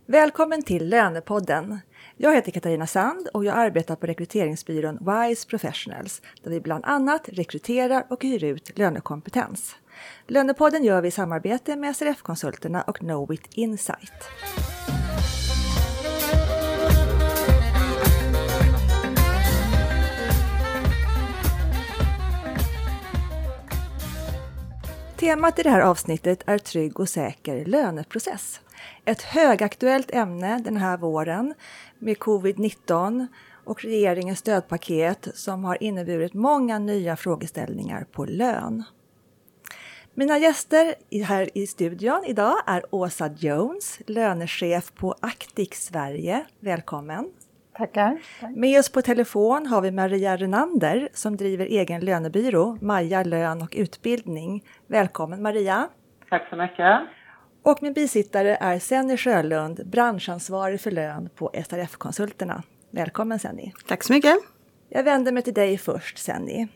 Välkommen till Lönepodden. Jag heter Katarina Sand och jag arbetar på rekryteringsbyrån Wise Professionals där vi bland annat rekryterar och hyr ut lönekompetens. Lönepodden gör vi i samarbete med SRF-konsulterna och Knowit Insight. Temat i det här avsnittet är trygg och säker löneprocess. Ett högaktuellt ämne den här våren med covid-19 och regeringens stödpaket som har inneburit många nya frågeställningar på lön. Mina gäster här i studion idag är Åsa Jones, lönechef på Actic Sverige. Välkommen! Tackar. Med oss på telefon har vi Maria Renander som driver egen lönebyrå, Maja Lön och Utbildning. Välkommen Maria! Tack så mycket! Och min bisittare är Senny Sjölund, branschansvarig för lön på SRF-konsulterna. Välkommen Senny! Tack så mycket! Jag vänder mig till dig först Senny.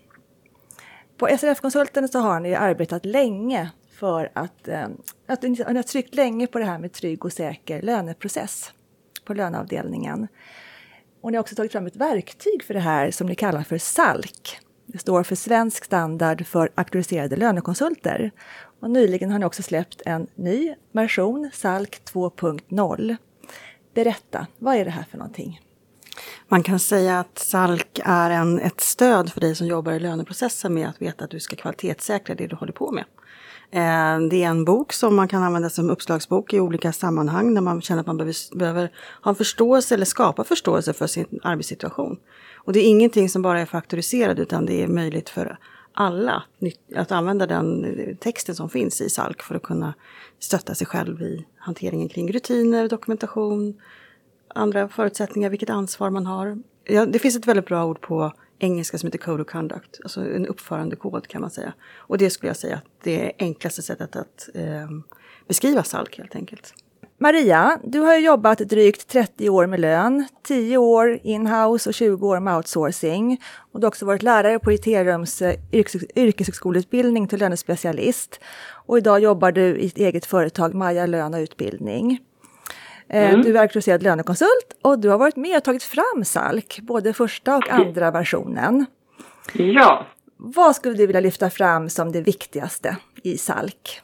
På SRF-konsulterna så har ni arbetat länge för att ni har tryckt länge på det här med trygg och säker löneprocess på löneavdelningen. Och ni har också tagit fram ett verktyg för det här som ni kallar för SALK. Det står för Svensk standard för auktoriserade lönekonsulter. Och nyligen har ni också släppt en ny version, SALK 2.0. Berätta, vad är det här för någonting? Man kan säga att SALK är ett stöd för dig som jobbar i löneprocessen med att veta att du ska kvalitetssäkra det du håller på med. Det är en bok som man kan använda som uppslagsbok i olika sammanhang när man känner att man behöver ha en förståelse eller skapa förståelse för sin arbetssituation. Och det är ingenting som bara är faktoriserad utan det är möjligt för alla att använda den texten som finns i SALK för att kunna stötta sig själv i hanteringen kring rutiner, dokumentation, andra förutsättningar, vilket ansvar man har. Ja, det finns ett väldigt bra ord på engelska som heter Code of Conduct, alltså en uppförandekod kan man säga. Och det skulle jag säga att det är enklaste sättet att beskriva SALK helt enkelt. Maria, du har ju jobbat drygt 30 år med lön, 10 år in-house och 20 år med outsourcing. Och du har också varit lärare på IT-rums yrkeshögskoleutbildning till lönespecialist. Och idag jobbar du i ett eget företag, Maja Lön och Utbildning. Du är auktoriserad lönekonsult och du har varit med och tagit fram SALK, både första och andra versionen. Ja. Vad skulle du vilja lyfta fram som det viktigaste i SALK?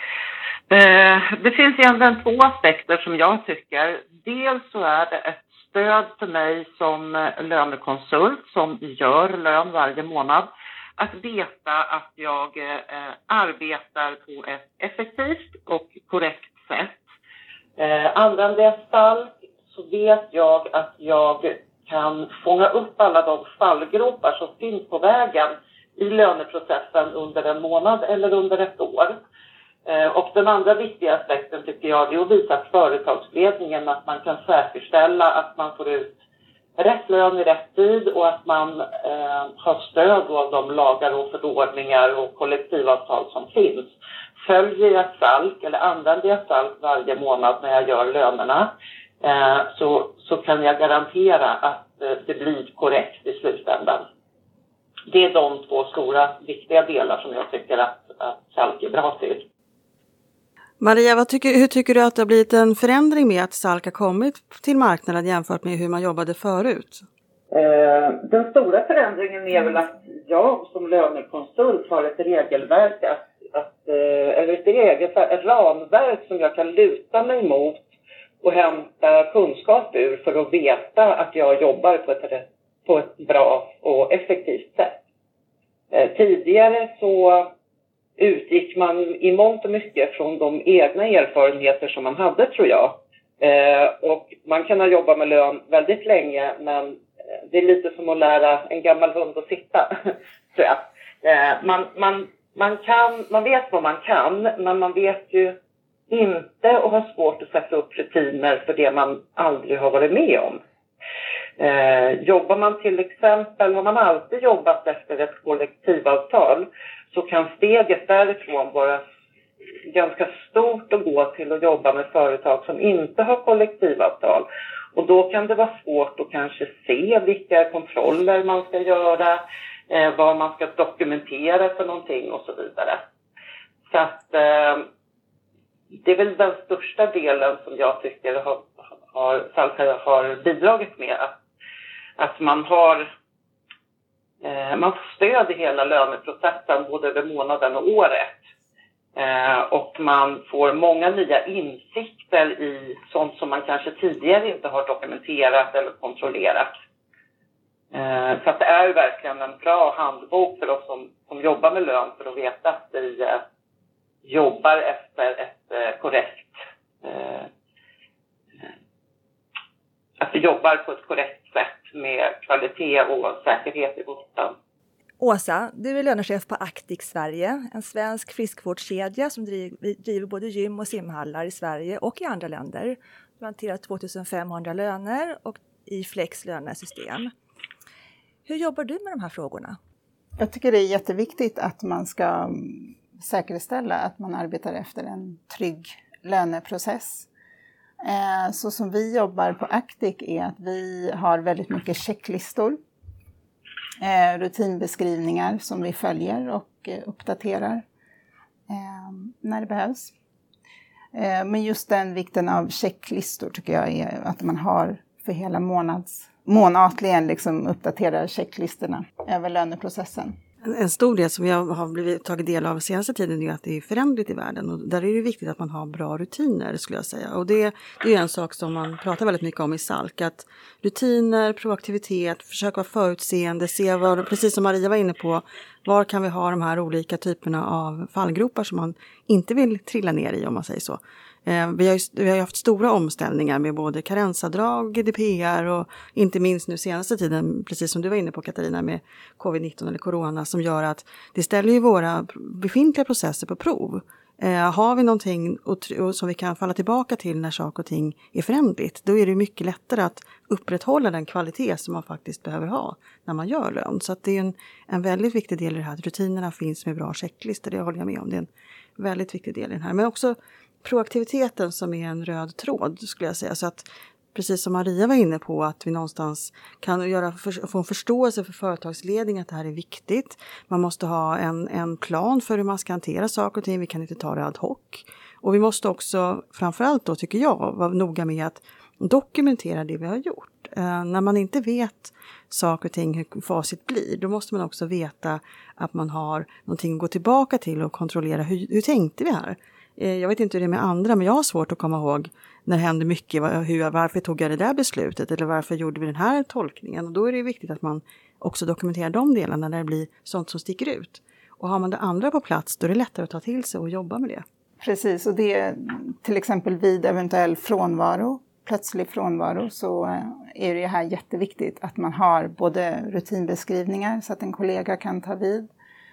Det finns egentligen två aspekter som jag tycker. Dels så är det ett stöd för mig som lönekonsult som gör lön varje månad. Att veta att jag arbetar på ett effektivt och korrekt sätt. Använder jag SALK så vet jag att jag kan fånga upp alla de fallgropar som finns på vägen i löneprocessen under en månad eller under ett år. Och den andra viktiga aspekten tycker jag är att visa företagsledningen att man kan säkerställa att man får ut rätt lön i rätt tid och att man har stöd av de lagar och förordningar och kollektivavtal som finns. Följer jag SALK eller använder jag SALK varje månad när jag gör lönerna så kan jag garantera att det blir korrekt i slutändan. Det är de två stora viktiga delar som jag tycker att SALK är bra till. Maria, hur tycker du att det har blivit en förändring med att SALK har kommit till marknaden jämfört med hur man jobbade förut? Den stora förändringen är väl att jag som lönekonsult har ett regelverk ett ramverk som jag kan luta mig mot och hämta kunskap ur för att veta att jag jobbar på ett bra och effektivt sätt. Tidigare så utgick man i mångt och mycket från de egna erfarenheter som man hade, tror jag. Och man kan ha jobbat med lön väldigt länge, men det är lite som att lära en gammal hund att sitta, tror jag. Man vet vad man kan, men man vet ju inte och har svårt att sätta upp rutiner för det man aldrig har varit med om. Jobbar man till exempel, har man alltid jobbat efter ett kollektivavtal så kan steget därifrån vara ganska stort att gå till att jobba med företag som inte har kollektivavtal. Och då kan det vara svårt att kanske se vilka kontroller man ska göra, vad man ska dokumentera för någonting och så vidare. Så att det är väl den största delen som jag tycker har bidragit med. Att man får stöd i hela löneprocessen både över månaden och året. Och man får många nya insikter i sånt som man kanske tidigare inte har dokumenterat eller kontrollerat. Så att det är verkligen en bra handbok för oss som jobbar med lön för att veta att vi jobbar efter ett korrekt att vi jobbar på ett korrekt sätt med kvalitet och säkerhet i botten. Åsa, du är lönechef på Actic Sverige, en svensk friskvårdskedja som driver både gym och simhallar i Sverige och i andra länder. Du hanterar 2500 löner och i Flex lönesystem. Hur jobbar du med de här frågorna? Jag tycker det är jätteviktigt att man ska säkerställa att man arbetar efter en trygg löneprocess. Så som vi jobbar på Actic är att vi har väldigt mycket checklistor, rutinbeskrivningar som vi följer och uppdaterar när det behövs. Men just den vikten av checklistor tycker jag är att man har för hela månatligen liksom uppdaterar checklistorna över löneprocessen. En stor del som jag har tagit del av senaste tiden är att det är förändligt i världen. Och där är det viktigt att man har bra rutiner, skulle jag säga. Och det är en sak som man pratar väldigt mycket om i SALK. Att rutiner, proaktivitet, försöka vara förutseende, se precis som Maria var inne på, var kan vi ha de här olika typerna av fallgropar som man inte vill trilla ner i, om man säger så. Vi har haft stora omställningar med både karensavdrag, GDPR och inte minst nu senaste tiden, precis som du var inne på Katarina, med covid-19 eller corona, som gör att det ställer ju våra befintliga processer på prov. Har vi någonting som vi kan falla tillbaka till när saker och ting är förändligt, då är det mycket lättare att upprätthålla den kvalitet som man faktiskt behöver ha när man gör lön. Så att det är en väldigt viktig del i det här, att rutinerna finns med bra checklistor, det håller jag med om. Det är en väldigt viktig del i det här. Men också proaktiviteten som är en röd tråd, skulle jag säga. Så att precis som Maria var inne på, att vi någonstans kan få en förståelse för företagsledning att det här är viktigt. Man måste ha en plan för hur man ska hantera saker och ting. Vi kan inte ta det ad hoc. Och vi måste också, framförallt då tycker jag, vara noga med att dokumentera det vi har gjort. När man inte vet saker och ting, hur facit blir, då måste man också veta att man har någonting att gå tillbaka till och kontrollera hur tänkte vi här. Jag vet inte hur det är med andra, men jag har svårt att komma ihåg när det hände mycket. Varför tog jag det där beslutet? Eller varför gjorde vi den här tolkningen? Och då är det viktigt att man också dokumenterar de delarna när det blir sånt som sticker ut. Och har man det andra på plats, då är det lättare att ta till sig och jobba med det. Precis, och det till exempel vid eventuell plötslig frånvaro, så är det här jätteviktigt att man har både rutinbeskrivningar så att en kollega kan ta vid.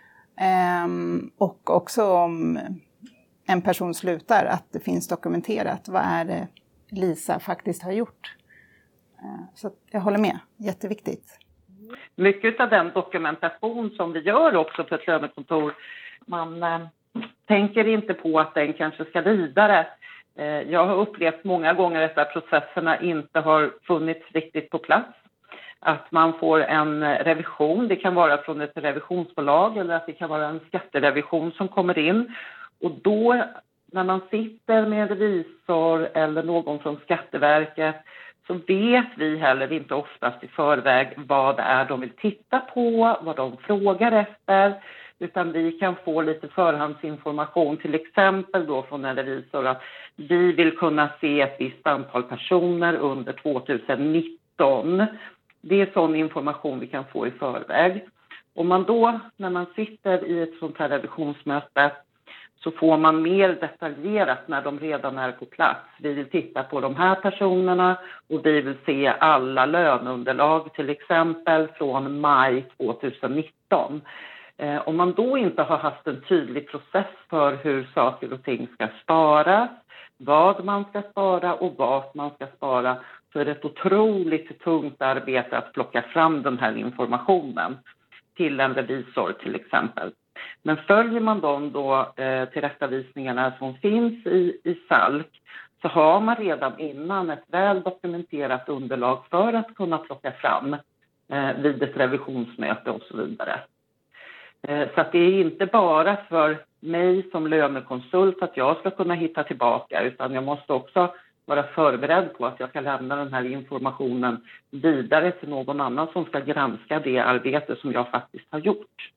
Och också om en person slutar, att det finns dokumenterat vad är det Lisa faktiskt har gjort. Så jag håller med, jätteviktigt. Mycket av den dokumentation som vi gör också på ett lönekontor, man tänker inte på att den kanske ska vidare. Jag har upplevt många gånger att processerna inte har funnits riktigt på plats. Att man får en revision, det kan vara från ett revisionsbolag eller att det kan vara en skatterevision som kommer in. Och då när man sitter med revisor eller någon från Skatteverket, så vet vi heller inte oftast i förväg vad det är de vill titta på, vad de frågar efter. Utan vi kan få lite förhandsinformation, till exempel då från en revisor, att vi vill kunna se ett visst antal personer under 2019. Det är sån information vi kan få i förväg. Och man då, när man sitter i ett sånt här revisionsmöte, så får man mer detaljerat när de redan är på plats. Vi vill titta på de här personerna och vi vill se alla löneunderlag, till exempel från maj 2019. Om man då inte har haft en tydlig process för hur saker och ting ska sparas, vad man ska spara och vart man ska spara, så är det ett otroligt tungt arbete att plocka fram den här informationen till en revisor till exempel. Men följer man de då tillrättavisningarna som finns i SALK, så har man redan innan ett väl dokumenterat underlag för att kunna plocka fram vid ett revisionsmöte och så vidare. Så att det är inte bara för mig som lönekonsult att jag ska kunna hitta tillbaka, utan jag måste också vara förberedd på att jag ska lämna den här informationen vidare till någon annan som ska granska det arbete som jag faktiskt har gjort.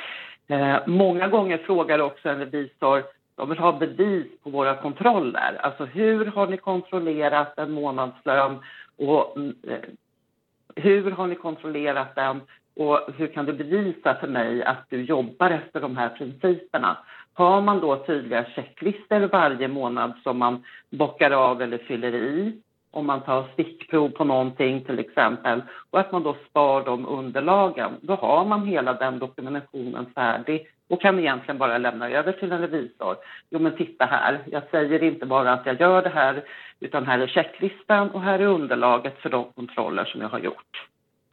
Många gånger frågar också en revisor, de vill ha bevis på våra kontroller. Alltså hur har ni kontrollerat en månadslön och hur har ni kontrollerat den och hur kan du bevisa för mig att du jobbar efter de här principerna? Har man då tydliga checklistor varje månad som man bockar av eller fyller i, om man tar stickprov på någonting till exempel, och att man då spar de underlagen, då har man hela den dokumentationen färdig och kan egentligen bara lämna över till en revisor. Jo men titta här, jag säger inte bara att jag gör det här, utan här är checklistan och här är underlaget för de kontroller som jag har gjort.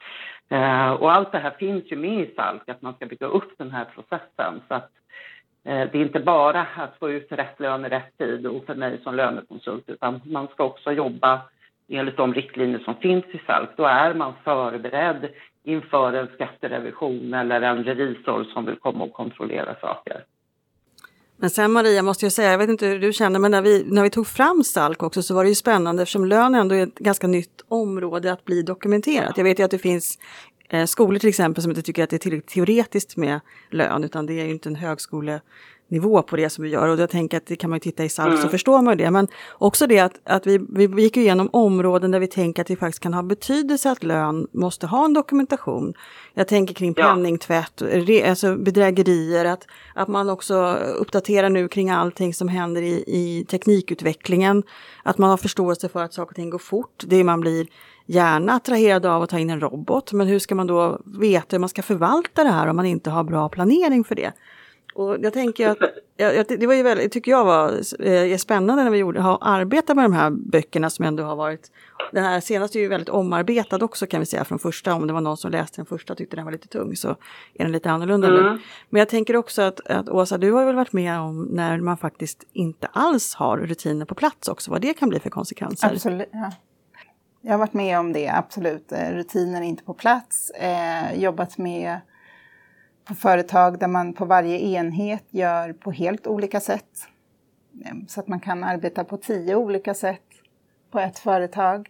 Och allt det här finns ju med i SALK, att man ska bygga upp den här processen. Så att det är inte bara att få ut rätt lön i rätt tid och för mig som lönekonsult, utan man ska också jobba enligt de riktlinjer som finns i SALK. Då är man förberedd inför en skatterevision eller en revisor som vill komma och kontrollera saker. Men sen Maria, måste jag säga, jag vet inte hur du känner, men när vi tog fram SALK också så var det ju spännande eftersom lön ändå är ett ganska nytt område att bli dokumenterat. Jag vet ju att det finns skolor till exempel som inte tycker att det är tillräckligt teoretiskt med lön, utan det är ju inte en högskolenivå på det som vi gör. Och jag tänker att det kan man ju titta i SALK så förstår man det. Men också det att vi gick igenom områden där vi tänker att det faktiskt kan ha betydelse att lön måste ha en dokumentation. Jag tänker kring penningtvätt, alltså bedrägerier, att man också uppdaterar nu kring allting som händer i teknikutvecklingen. Att man har förståelse för att saker och ting går fort. Det man blir gärna attraherad av att ta in en robot, men hur ska man då veta hur man ska förvalta det här om man inte har bra planering för det? Och jag tänker att det var ju väldigt, tycker jag var spännande när vi har arbetat med de här böckerna som ändå har varit, den här senaste är ju väldigt omarbetad också kan vi säga från första, om det var någon som läste den första och tyckte den var lite tung så är den lite annorlunda nu. Men jag tänker också att Åsa, du har väl varit med om när man faktiskt inte alls har rutiner på plats också, vad det kan bli för konsekvenser? Absolut, ja. Jag har varit med om det, absolut. Rutiner är inte på plats. Jobbat med på företag där man på varje enhet gör på helt olika sätt. Så att man kan arbeta på 10 olika sätt på ett företag.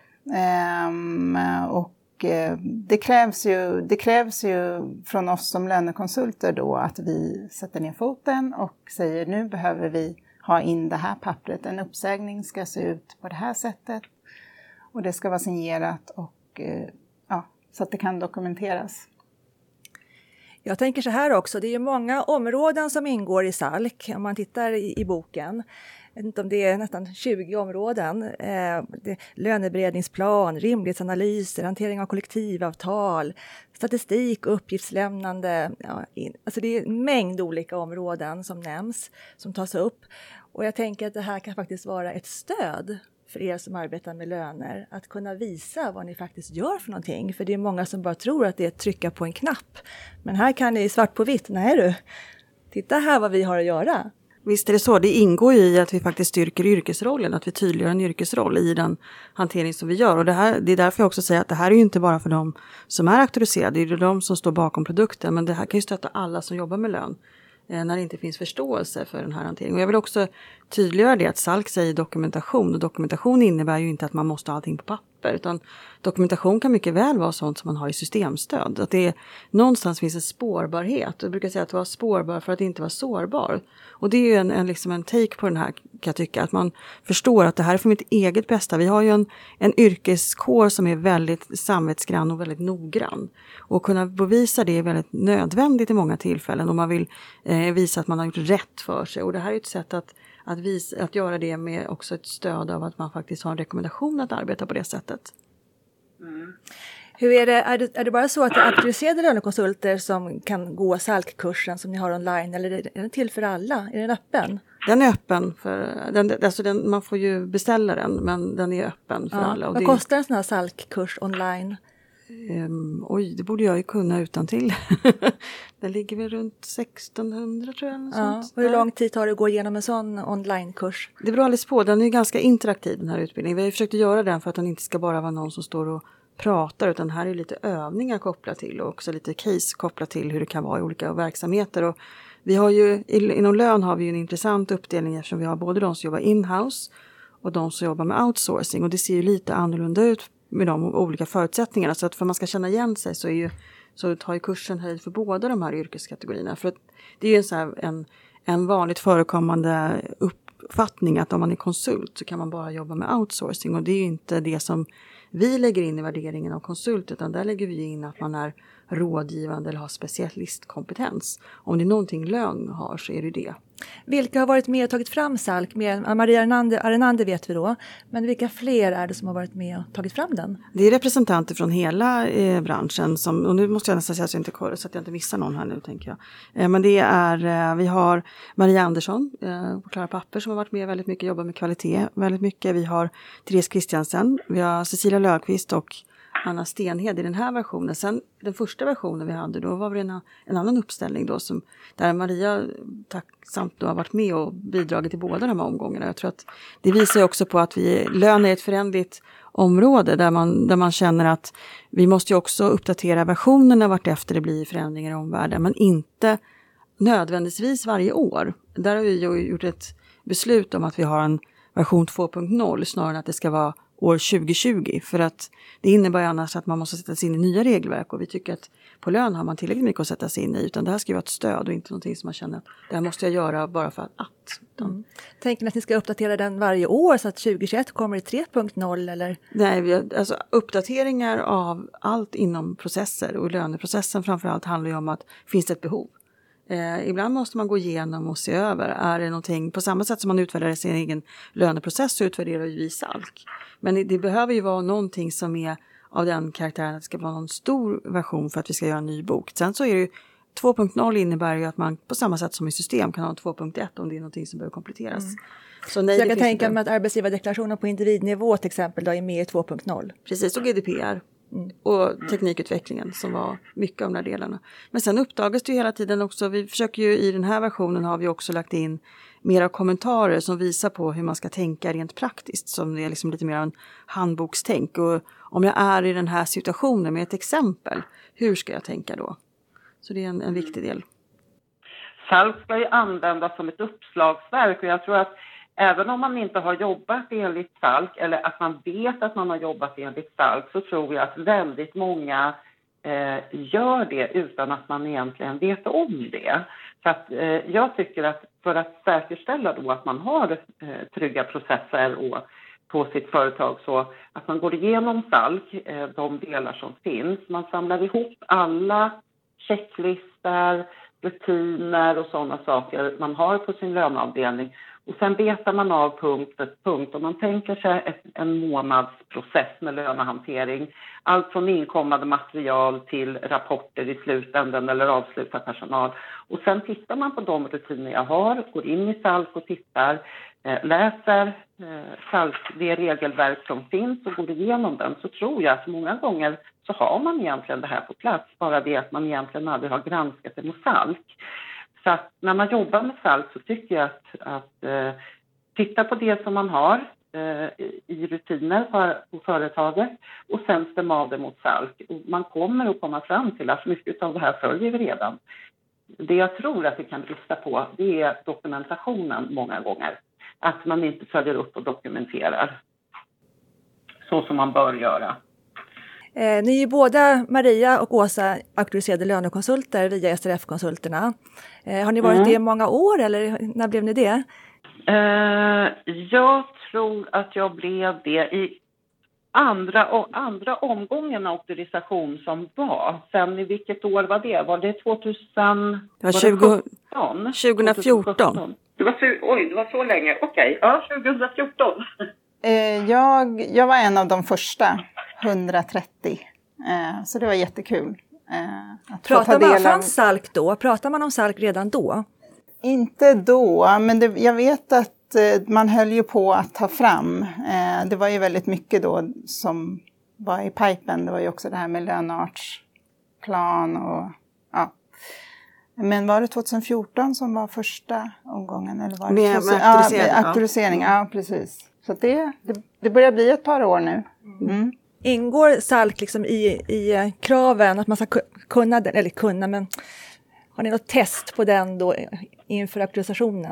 Och det krävs ju från oss som lönekonsulter då att vi sätter ner foten och säger nu behöver vi ha in det här pappret. En uppsägning ska se ut på det här sättet. Och det ska vara signerat och så att det kan dokumenteras. Jag tänker så här också, det är ju många områden som ingår i SALK om man tittar i boken. Jag vet inte om det är nästan 20 områden. Löneberedningsplan, rimlighetsanalyser, hantering av kollektivavtal, statistik och uppgiftslämnande. Alltså det är en mängd olika områden som nämns, som tas upp. Och jag tänker att det här kan faktiskt vara ett stöd för er som arbetar med löner, att kunna visa vad ni faktiskt gör för någonting. För det är många som bara tror att det är att trycka på en knapp. Men här kan ni svart på vitt, nej du, titta här vad vi har att göra. Visst är det så, det ingår ju i att vi faktiskt styrker yrkesrollen, att vi tydliggör en yrkesroll i den hantering som vi gör. Och det är därför jag också säger att det här är ju inte bara för de som är auktoriserade, det är ju de som står bakom produkten, men det här kan ju stötta alla som jobbar med lön när det inte finns förståelse för den här hanteringen. Och jag vill också tydliggöra det att SALK säger dokumentation, och dokumentation innebär ju inte att man måste ha allting på papper, utan dokumentation kan mycket väl vara sånt som man har i systemstöd. Att det är, någonstans finns en spårbarhet. Jag brukar säga att vara spårbar för att inte vara sårbar. Och det är ju en take på den här, kan jag tycka, att man förstår att det här är för mitt eget bästa. Vi har ju en yrkeskår som är väldigt samvetsgrann och väldigt noggrann. Och kunna bevisa det är väldigt nödvändigt i många tillfällen om man vill visa att man har gjort rätt för sig. Och det här är ett sätt att göra det med också ett stöd av att man faktiskt har en rekommendation att arbeta på det sättet. Hur är det bara så att det är auktoriserade lönekonsulter som kan gå SALK-kursen som ni har online, eller är den till för alla? Är den öppen? Den är öppen för man får ju beställa den, men den är öppen för alla. Och vad kostar en sån här SALK-kurs online? Det borde jag ju kunna utan till. Den ligger väl runt 1600 tror jag. Och hur lång tid tar det att gå igenom en sån online-kurs? Det beror alldeles på. Den är ganska interaktiv, den här utbildningen. Vi har ju försökt göra den för att den inte ska bara vara någon som står och pratar, utan här är lite övningar kopplat till och också lite case kopplat till hur det kan vara i olika verksamheter. Och vi har ju inom lön har vi ju en intressant uppdelning eftersom vi har både de som jobbar in-house och de som jobbar med outsourcing. Och det ser ju lite annorlunda ut med de olika förutsättningarna. Så att för man ska känna igen sig så tar ju kursen höjd för båda de här yrkeskategorierna. För att det är ju en vanligt förekommande uppfattning att om man är konsult så kan man bara jobba med outsourcing. Och det är ju inte det som vi lägger in i värderingen av konsult, utan där lägger vi in att man är rådgivande eller har specialistkompetens. Om det är någonting lön har så är det det. Vilka har varit med och tagit fram SALK? Maria Arenander vet vi då. Men vilka fler är det som har varit med och tagit fram den? Det är representanter från hela branschen. Och nu måste jag nästan säga så att jag inte missar någon här nu, tänker jag. Men det är, vi har Maria Andersson på Klara Papper som har varit med väldigt mycket, jobbar med kvalitet väldigt mycket. Vi har Therese Christiansen, vi har Cecilia Löfqvist och Anna Stenhed i den här versionen. Sen den första versionen vi hade, då var det en annan uppställning då där Maria tacksamt då har varit med och bidragit till båda de här omgångarna. Jag tror att det visar också på att lön är ett förändligt område där man känner att vi måste ju också uppdatera versionerna vart efter det blir förändringar i omvärlden, men inte nödvändigtvis varje år. Där har vi ju gjort ett beslut om att vi har en version 2.0 snarare än att det ska vara år 2020, för att det innebär ju annars att man måste sätta sig in i nya regelverk, och vi tycker att på lön har man tillräckligt mycket att sätta sig in i, utan det här ska ju vara ett stöd och inte någonting som man känner att det här måste jag göra bara för att. Tänker ni att ni ska uppdatera den varje år så att 2021 kommer i 3.0 eller? Nej, alltså uppdateringar av allt inom processer, och löneprocessen framförallt handlar ju om att finns det ett behov. Ibland måste man gå igenom och se över, är det någonting, på samma sätt som man utvärderar sin egen löneprocess så utvärderar ju vi SALK. Men det behöver ju vara någonting som är av den karaktären att det ska vara någon stor version för att vi ska göra en ny bok. Sen så är det ju 2.0 innebär ju att man på samma sätt som i system kan ha 2.1 om det är någonting som behöver kompletteras. Så nej, jag kan tänka mig att arbetsgivardeklarationen på individnivå till exempel då är med i 2.0. Precis, och GDPR. Och teknikutvecklingen som var mycket av de här delarna. Men sen uppdagas det ju hela tiden också, vi försöker ju i den här versionen har vi också lagt in mera kommentarer som visar på hur man ska tänka rent praktiskt, som är liksom lite mer en handbokstänk. Och om jag är i den här situationen med ett exempel, hur ska jag tänka då? Så det är en viktig del. SALK ska ju användas som ett uppslagsverk, och jag tror att även om man inte har jobbat enligt SALK eller att man vet att man har jobbat enligt SALK, så tror jag att väldigt många gör det utan att man egentligen vet om det. Så att, jag tycker att för att säkerställa då att man har trygga processer och på sitt företag, så att man går igenom SALK, de delar som finns. Man samlar ihop alla checklistor, rutiner och sådana saker man har på sin löneavdelning. Och sen betar man av punkt för punkt. Om man tänker sig en månadsprocess med lönehantering. Allt från inkommande material till rapporter i slutändan eller avslutad personal. Och sen tittar man på de rutiner jag har. Går in i SALK och tittar. Läser SALK, det regelverk som finns och går igenom den. Så tror jag att många gånger så har man egentligen det här på plats. Bara det att man egentligen aldrig har granskat det med SALK. Så att när man jobbar med SALK så tycker jag att titta på det som man har i rutiner på företaget och sen stämma av det mot SALK. Och man kommer att komma fram till att mycket av det här följer vi redan. Det jag tror att vi kan brista på, det är dokumentationen många gånger. Att man inte följer upp och dokumenterar så som man bör göra. Ni är ju båda, Maria och Åsa, auktoriserade lönekonsulter via SRF-konsulterna. Har ni varit det i många år eller när blev ni det? Jag tror att jag blev det i andra omgången auktorisation som var. Sen i vilket år var det? Var det 2014? Det var 2014. Det var så länge. Okej, ja, 2014. Jag var en av de första 130. Så det var jättekul. Fanns SALK då? Pratar man om SALK redan då? Inte då, men jag vet att man höll ju på att ta fram. Det var ju väldigt mycket då som var i pipen. Det var ju också det här med löneartsplan och ja. Men var det 2014 som var första omgången? Eller var det med auktorisering? Ja, precis. Så det börjar bli ett par år nu. Mm. Ingår SALK liksom i kraven att man ska kunna den, eller kunna, men har ni något test på den då inför auktorisationen?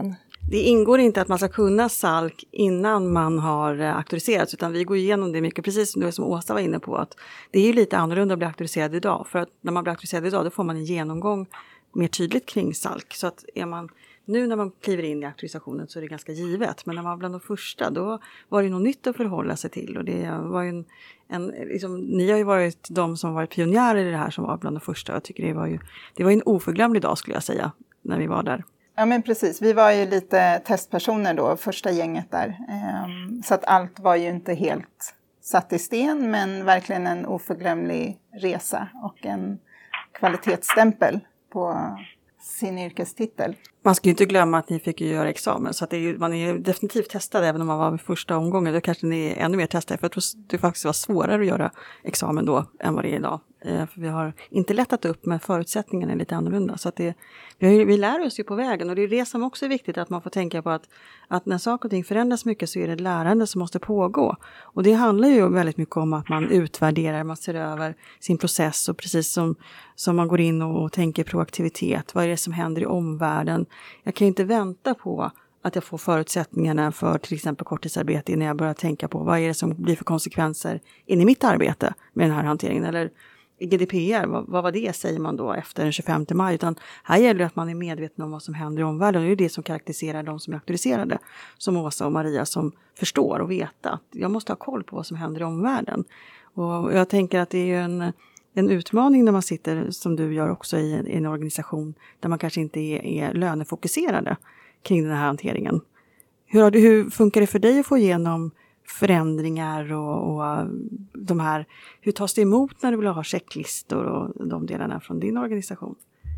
Det ingår inte att man ska kunna SALK innan man har auktoriserats, utan vi går igenom det mycket, precis som det som Åsa var inne på, att det är ju lite annorlunda att bli auktoriserad idag, för att när man blir auktoriserad idag då får man en genomgång mer tydligt kring SALK, så att nu när man kliver in i auktorisationen så är det ganska givet, men när man var bland de första då var det något nytt att förhålla sig till, och det var ju ni har ju varit de som varit pionjärer i det här som var bland de första. Jag tycker det var en oförglömlig dag, skulle jag säga, när vi var där. Ja, men precis, vi var ju lite testpersoner då, första gänget där, så att allt var ju inte helt satt i sten, men verkligen en oförglömlig resa och en kvalitetsstämpel på sin yrkestitel. Man ska ju inte glömma att ni fick ju göra examen, så att man är definitivt testad även om man var vid första omgången. Då kanske ni är ännu mer testade, för jag tror det faktiskt var svårare att göra examen då än vad det är idag. För vi har inte lättat upp, men förutsättningarna är lite annorlunda. Så att vi lär oss ju på vägen, och det är det som också är viktigt, att man får tänka på att när saker och ting förändras mycket så är det ett lärande som måste pågå. Och det handlar ju väldigt mycket om att man utvärderar, man ser över sin process, och precis som man går in och tänker proaktivitet. Vad är det som händer i omvärlden? Jag kan ju inte vänta på att jag får förutsättningarna för till exempel korttidsarbete innan jag börjar tänka på vad är det som blir för konsekvenser in i mitt arbete med den här hanteringen. Eller GDPR, vad var det, säger man då efter den 25 maj. Utan här gäller det att man är medveten om vad som händer i omvärlden. Det är det som karaktäriserar de som är auktoriserade, som Åsa och Maria, som förstår och vet att jag måste ha koll på vad som händer i omvärlden. Och jag tänker att det är ju en utmaning när man sitter, som du gör också, i en organisation där man kanske inte är lönefokuserade kring den här hanteringen. Hur funkar det för dig att få igenom förändringar och de här, hur tas det emot när du vill ha checklistor och de delarna från din organisation?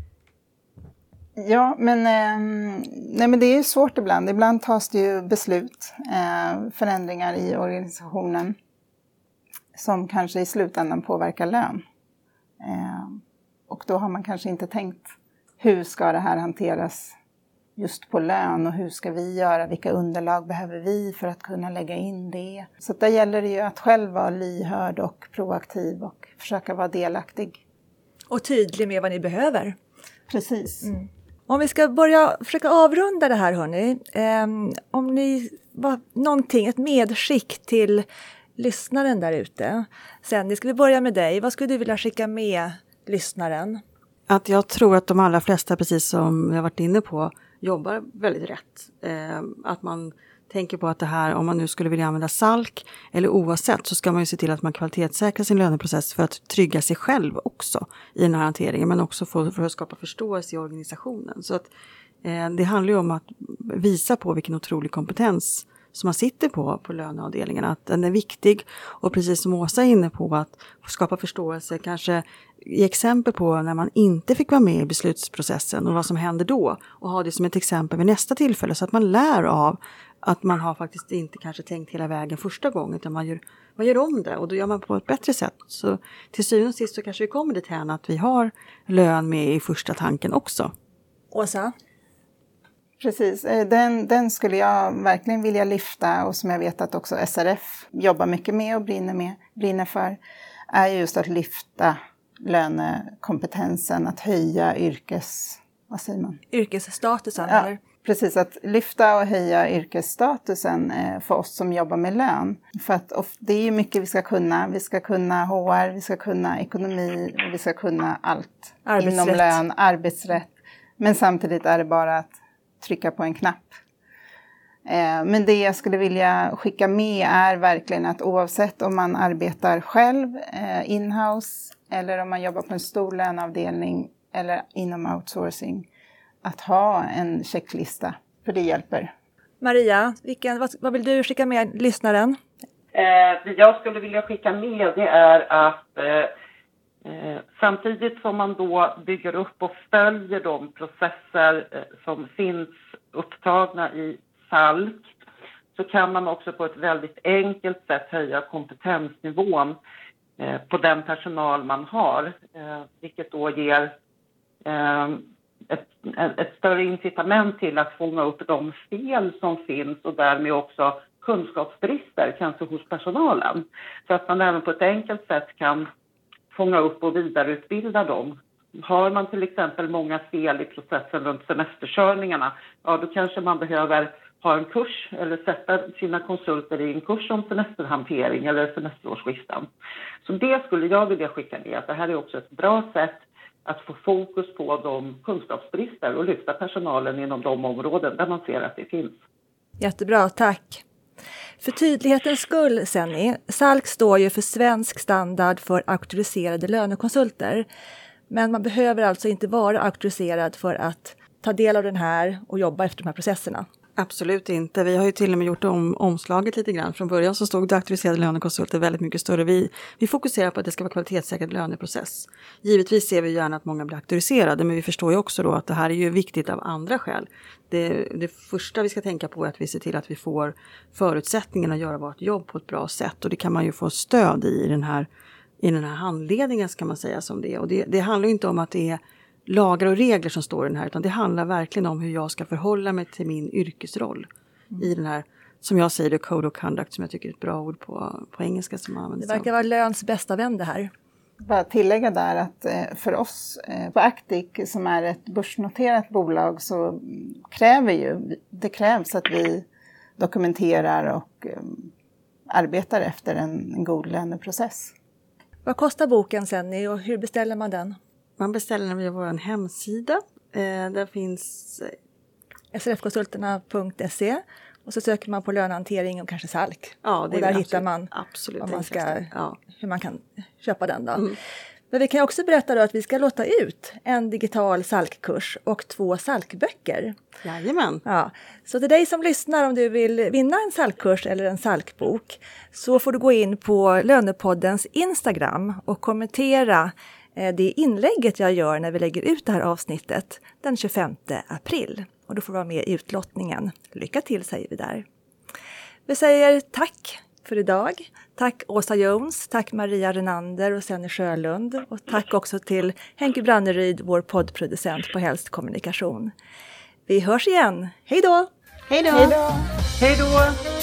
Ja, men det är ju svårt ibland. Ibland tas det ju beslut, förändringar i organisationen som kanske i slutändan påverkar lön. Och då har man kanske inte tänkt, hur ska det här hanteras just på lön, och hur ska vi göra, vilka underlag behöver vi för att kunna lägga in det. Så där gäller det ju att själv vara lyhörd och proaktiv och försöka vara delaktig. Och tydlig med vad ni behöver. Precis. Mm. Om vi ska börja försöka avrunda det här, hörni. Om ni var ett medskick till lyssnaren där ute. Sen ska vi börja med dig. Vad skulle du vilja skicka med lyssnaren? Att jag tror att de allra flesta, precis som jag varit inne på, jobbar väldigt rätt. Att man tänker på att det här, om man nu skulle vilja använda SALK eller oavsett, så ska man ju se till att man kvalitetssäkrar sin löneprocess för att trygga sig själv också i den här hanteringen, men också för att skapa förståelse i organisationen. Så att det handlar ju om att visa på vilken otrolig kompetens som man sitter på löneavdelningen, att den är viktig, och precis som Åsa är inne på, att skapa förståelse, kanske ge exempel på när man inte fick vara med i beslutsprocessen och vad som händer då, och ha det som ett exempel vid nästa tillfälle, så att man lär av att man har faktiskt inte kanske tänkt hela vägen första gången, utan man gör om det, och då gör man på ett bättre sätt. Så till syvende och sist så kanske vi kommer dit här att vi har lön med i första tanken också. Åsa? Precis, den skulle jag verkligen vilja lyfta, och som jag vet att också SRF jobbar mycket med och brinner för, är just att lyfta lönekompetensen, att höja yrkesstatusen, ja, eller? Precis, att lyfta och höja yrkesstatusen för oss som jobbar med lön. För att det är ju mycket vi ska kunna. Vi ska kunna HR, vi ska kunna ekonomi, och vi ska kunna allt inom lön, arbetsrätt. Men samtidigt är det bara att trycka på en knapp. Men det jag skulle vilja skicka med är verkligen att oavsett om man arbetar själv inhouse, eller om man jobbar på en stor löneavdelning eller inom outsourcing, att ha en checklista, för det hjälper. Maria, vad vill du skicka med lyssnaren? Det jag skulle vilja skicka med, det är att samtidigt som man då bygger upp och följer de processer som finns upptagna i SALK, så kan man också på ett väldigt enkelt sätt höja kompetensnivån på den personal man har, vilket då ger ett större incitament till att fånga upp de fel som finns, och därmed också kunskapsbrister kanske hos personalen. Så att man även på ett enkelt sätt kan fånga upp och vidareutbilda dem Har man till exempel många fel i processen runt semesterkörningarna, ja då kanske man behöver ha en kurs eller sätta sina konsulter i en kurs om semesterhantering eller semesterårsskiften. Så det skulle jag vilja skicka ner. Det här är också ett bra sätt att få fokus på de kunskapsbrister och lyfta personalen inom de områden där man ser att det finns. Jättebra, tack. För tydlighetens skull, Senni, SALK står ju för svensk standard för auktoriserade lönekonsulter. Men man behöver alltså inte vara auktoriserad för att ta del av den här och jobba efter de här processerna. Absolut inte. Vi har ju till och med gjort omslaget lite grann. Från början så stod det auktoriserade lönekonsulter väldigt mycket större. Vi fokuserar på att det ska vara kvalitetssäkrad löneprocess. Givetvis ser vi gärna att många blir auktoriserade, men vi förstår ju också då att det här är ju viktigt av andra skäl. Det första vi ska tänka på är att vi ser till att vi får förutsättningen att göra vårt jobb på ett bra sätt. Och det kan man ju få stöd i den här handledningen, ska man säga som det är. Och det handlar ju inte om att det är lagar och regler som står i den här, utan det handlar verkligen om hur jag ska förhålla mig till min yrkesroll i den här, som jag säger, Code of Conduct, som jag tycker är ett bra ord på engelska som man använder. Det verkar vara löns bästa vän det här. Bara tillägga där att för oss på Actic, som är ett börsnoterat bolag, så krävs att vi dokumenterar och arbetar efter en god löneprocess. Vad kostar boken, Senni, och hur beställer man den? Man beställer den via vår hemsida. Där finns srfkonsulterna.se och så söker man på lönehantering och kanske SALK. Ja, det och där hittar man absolut hur man kan köpa den då. Mm. Men vi kan också berätta då att vi ska låta ut en digital SALK-kurs och 2 SALK-böcker. Jajamän. Ja. Så till dig som lyssnar, om du vill vinna en SALK-kurs eller en SALK-bok, så får du gå in på Lönepoddens Instagram och kommentera det inlägget jag gör när vi lägger ut det här avsnittet den 25 april. Och då får du vara med i utlottningen. Lycka till, säger vi där. Vi säger tack för idag. Tack Åsa Jones, tack Maria Renander och Senni Sjölund. Och tack också till Henke Branneryd, vår poddproducent på Helst Kommunikation. Vi hörs igen. Hej då! Hej då! Hej då!